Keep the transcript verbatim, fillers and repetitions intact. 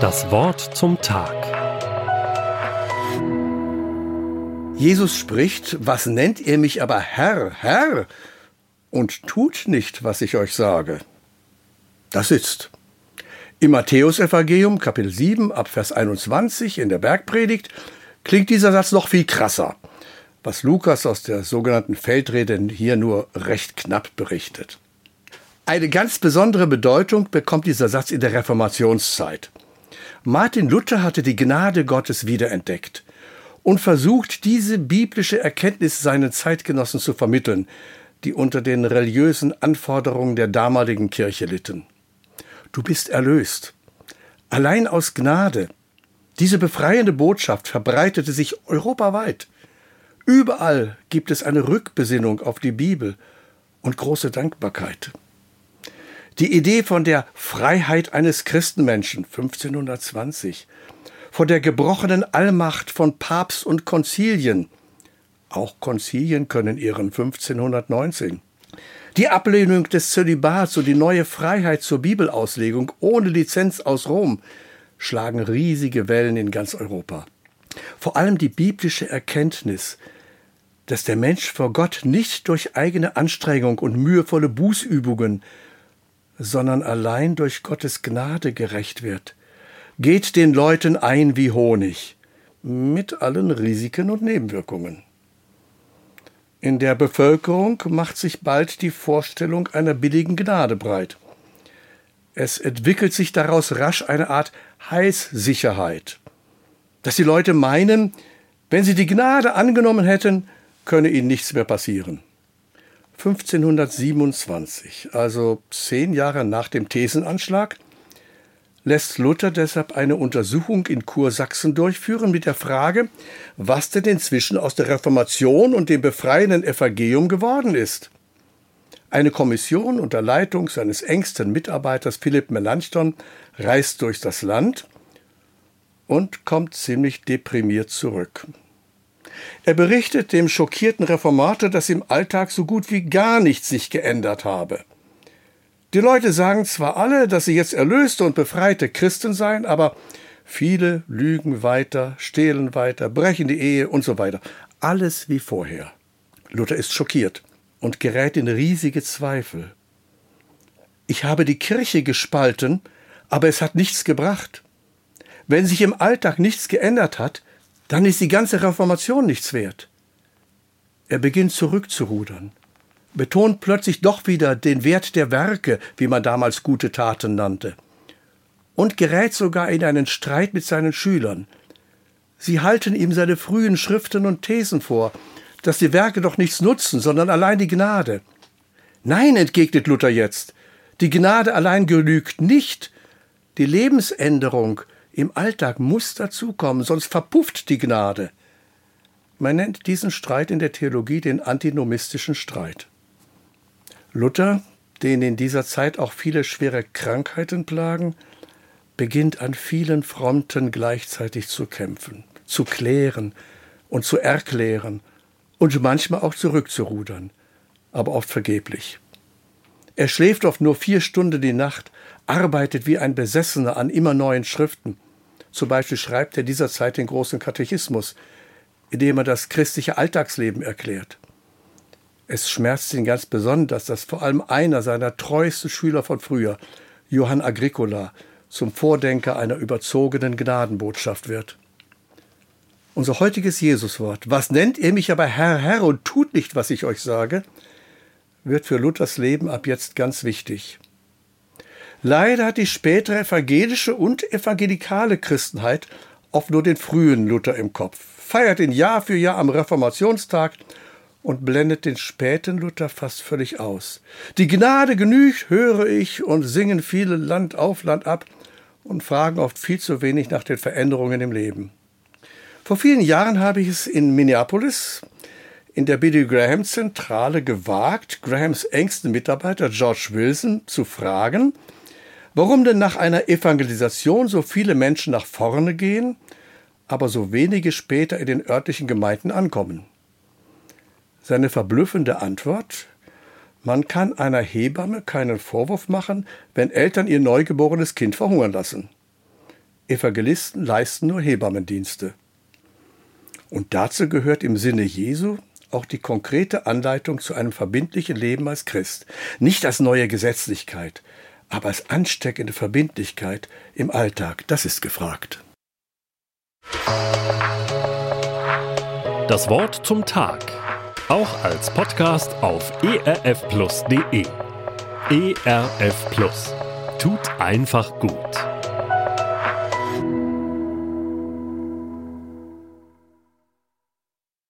Das Wort zum Tag. Jesus spricht: Was nennt ihr mich aber Herr, Herr, und tut nicht, was ich euch sage? Das ist im Matthäusevangelium, Kapitel sieben, ab Vers einundzwanzig in der Bergpredigt, klingt dieser Satz noch viel krasser, was Lukas aus der sogenannten Feldrede hier nur recht knapp berichtet. Eine ganz besondere Bedeutung bekommt dieser Satz in der Reformationszeit. Martin Luther hatte die Gnade Gottes wiederentdeckt und versucht, diese biblische Erkenntnis seinen Zeitgenossen zu vermitteln, die unter den religiösen Anforderungen der damaligen Kirche litten. Du bist erlöst. Allein aus Gnade. Diese befreiende Botschaft verbreitete sich europaweit. Überall gibt es eine Rückbesinnung auf die Bibel und große Dankbarkeit. Die Idee von der Freiheit eines Christenmenschen, fünfzehnhundertzwanzig, von der gebrochenen Allmacht von Papst und Konzilien, auch Konzilien können ihren, fünfzehnhundertneunzehn, die Ablehnung des Zölibats und die neue Freiheit zur Bibelauslegung ohne Lizenz aus Rom schlagen riesige Wellen in ganz Europa. Vor allem die biblische Erkenntnis, dass der Mensch vor Gott nicht durch eigene Anstrengung und mühevolle Bußübungen, sondern allein durch Gottes Gnade gerecht wird, geht den Leuten ein wie Honig, mit allen Risiken und Nebenwirkungen. In der Bevölkerung macht sich bald die Vorstellung einer billigen Gnade breit. Es entwickelt sich daraus rasch eine Art Heilssicherheit, dass die Leute meinen, wenn sie die Gnade angenommen hätten, könne ihnen nichts mehr passieren. fünfzehnhundertsiebenundzwanzig, also zehn Jahre nach dem Thesenanschlag, lässt Luther deshalb eine Untersuchung in Kursachsen durchführen mit der Frage, was denn inzwischen aus der Reformation und dem befreienden Evangelium geworden ist. Eine Kommission unter Leitung seines engsten Mitarbeiters Philipp Melanchthon reist durch das Land und kommt ziemlich deprimiert zurück. Er berichtet dem schockierten Reformator, dass im Alltag so gut wie gar nichts sich geändert habe. Die Leute sagen zwar alle, dass sie jetzt erlöste und befreite Christen seien, aber viele lügen weiter, stehlen weiter, brechen die Ehe und so weiter. Alles wie vorher. Luther ist schockiert und gerät in riesige Zweifel. Ich habe die Kirche gespalten, aber es hat nichts gebracht. Wenn sich im Alltag nichts geändert hat, dann ist die ganze Reformation nichts wert. Er beginnt zurückzurudern, betont plötzlich doch wieder den Wert der Werke, wie man damals gute Taten nannte, und gerät sogar in einen Streit mit seinen Schülern. Sie halten ihm seine frühen Schriften und Thesen vor, dass die Werke doch nichts nutzen, sondern allein die Gnade. Nein, entgegnet Luther jetzt, die Gnade allein genügt nicht. Die Lebensänderung im Alltag muss dazukommen, sonst verpufft die Gnade. Man nennt diesen Streit in der Theologie den antinomistischen Streit. Luther, den in dieser Zeit auch viele schwere Krankheiten plagen, beginnt an vielen Fronten gleichzeitig zu kämpfen, zu klären und zu erklären und manchmal auch zurückzurudern, aber oft vergeblich. Er schläft oft nur vier Stunden die Nacht, arbeitet wie ein Besessener an immer neuen Schriften. Zum Beispiel schreibt er dieser Zeit den großen Katechismus, in dem er das christliche Alltagsleben erklärt. Es schmerzt ihn ganz besonders, dass vor allem einer seiner treuesten Schüler von früher, Johann Agricola, zum Vordenker einer überzogenen Gnadenbotschaft wird. Unser heutiges Jesuswort, was nennt ihr mich aber Herr, Herr und tut nicht, was ich euch sage, wird für Luthers Leben ab jetzt ganz wichtig. Leider hat die spätere evangelische und evangelikale Christenheit oft nur den frühen Luther im Kopf, feiert ihn Jahr für Jahr am Reformationstag und blendet den späten Luther fast völlig aus. Die Gnade genügt, höre ich, und singen viele Land auf, Land ab und fragen oft viel zu wenig nach den Veränderungen im Leben. Vor vielen Jahren habe ich es in Minneapolis in der Billy Graham Zentrale gewagt, Grahams engsten Mitarbeiter George Wilson zu fragen, warum denn nach einer Evangelisation so viele Menschen nach vorne gehen, aber so wenige später in den örtlichen Gemeinden ankommen. Seine verblüffende Antwort: Man kann einer Hebamme keinen Vorwurf machen, wenn Eltern ihr neugeborenes Kind verhungern lassen. Evangelisten leisten nur Hebammendienste. Und dazu gehört im Sinne Jesu auch die konkrete Anleitung zu einem verbindlichen Leben als Christ. Nicht als neue Gesetzlichkeit, aber als ansteckende Verbindlichkeit im Alltag. Das ist gefragt. Das Wort zum Tag. Auch als Podcast auf e r f plus punkt d e. E R F Plus. Tut einfach gut.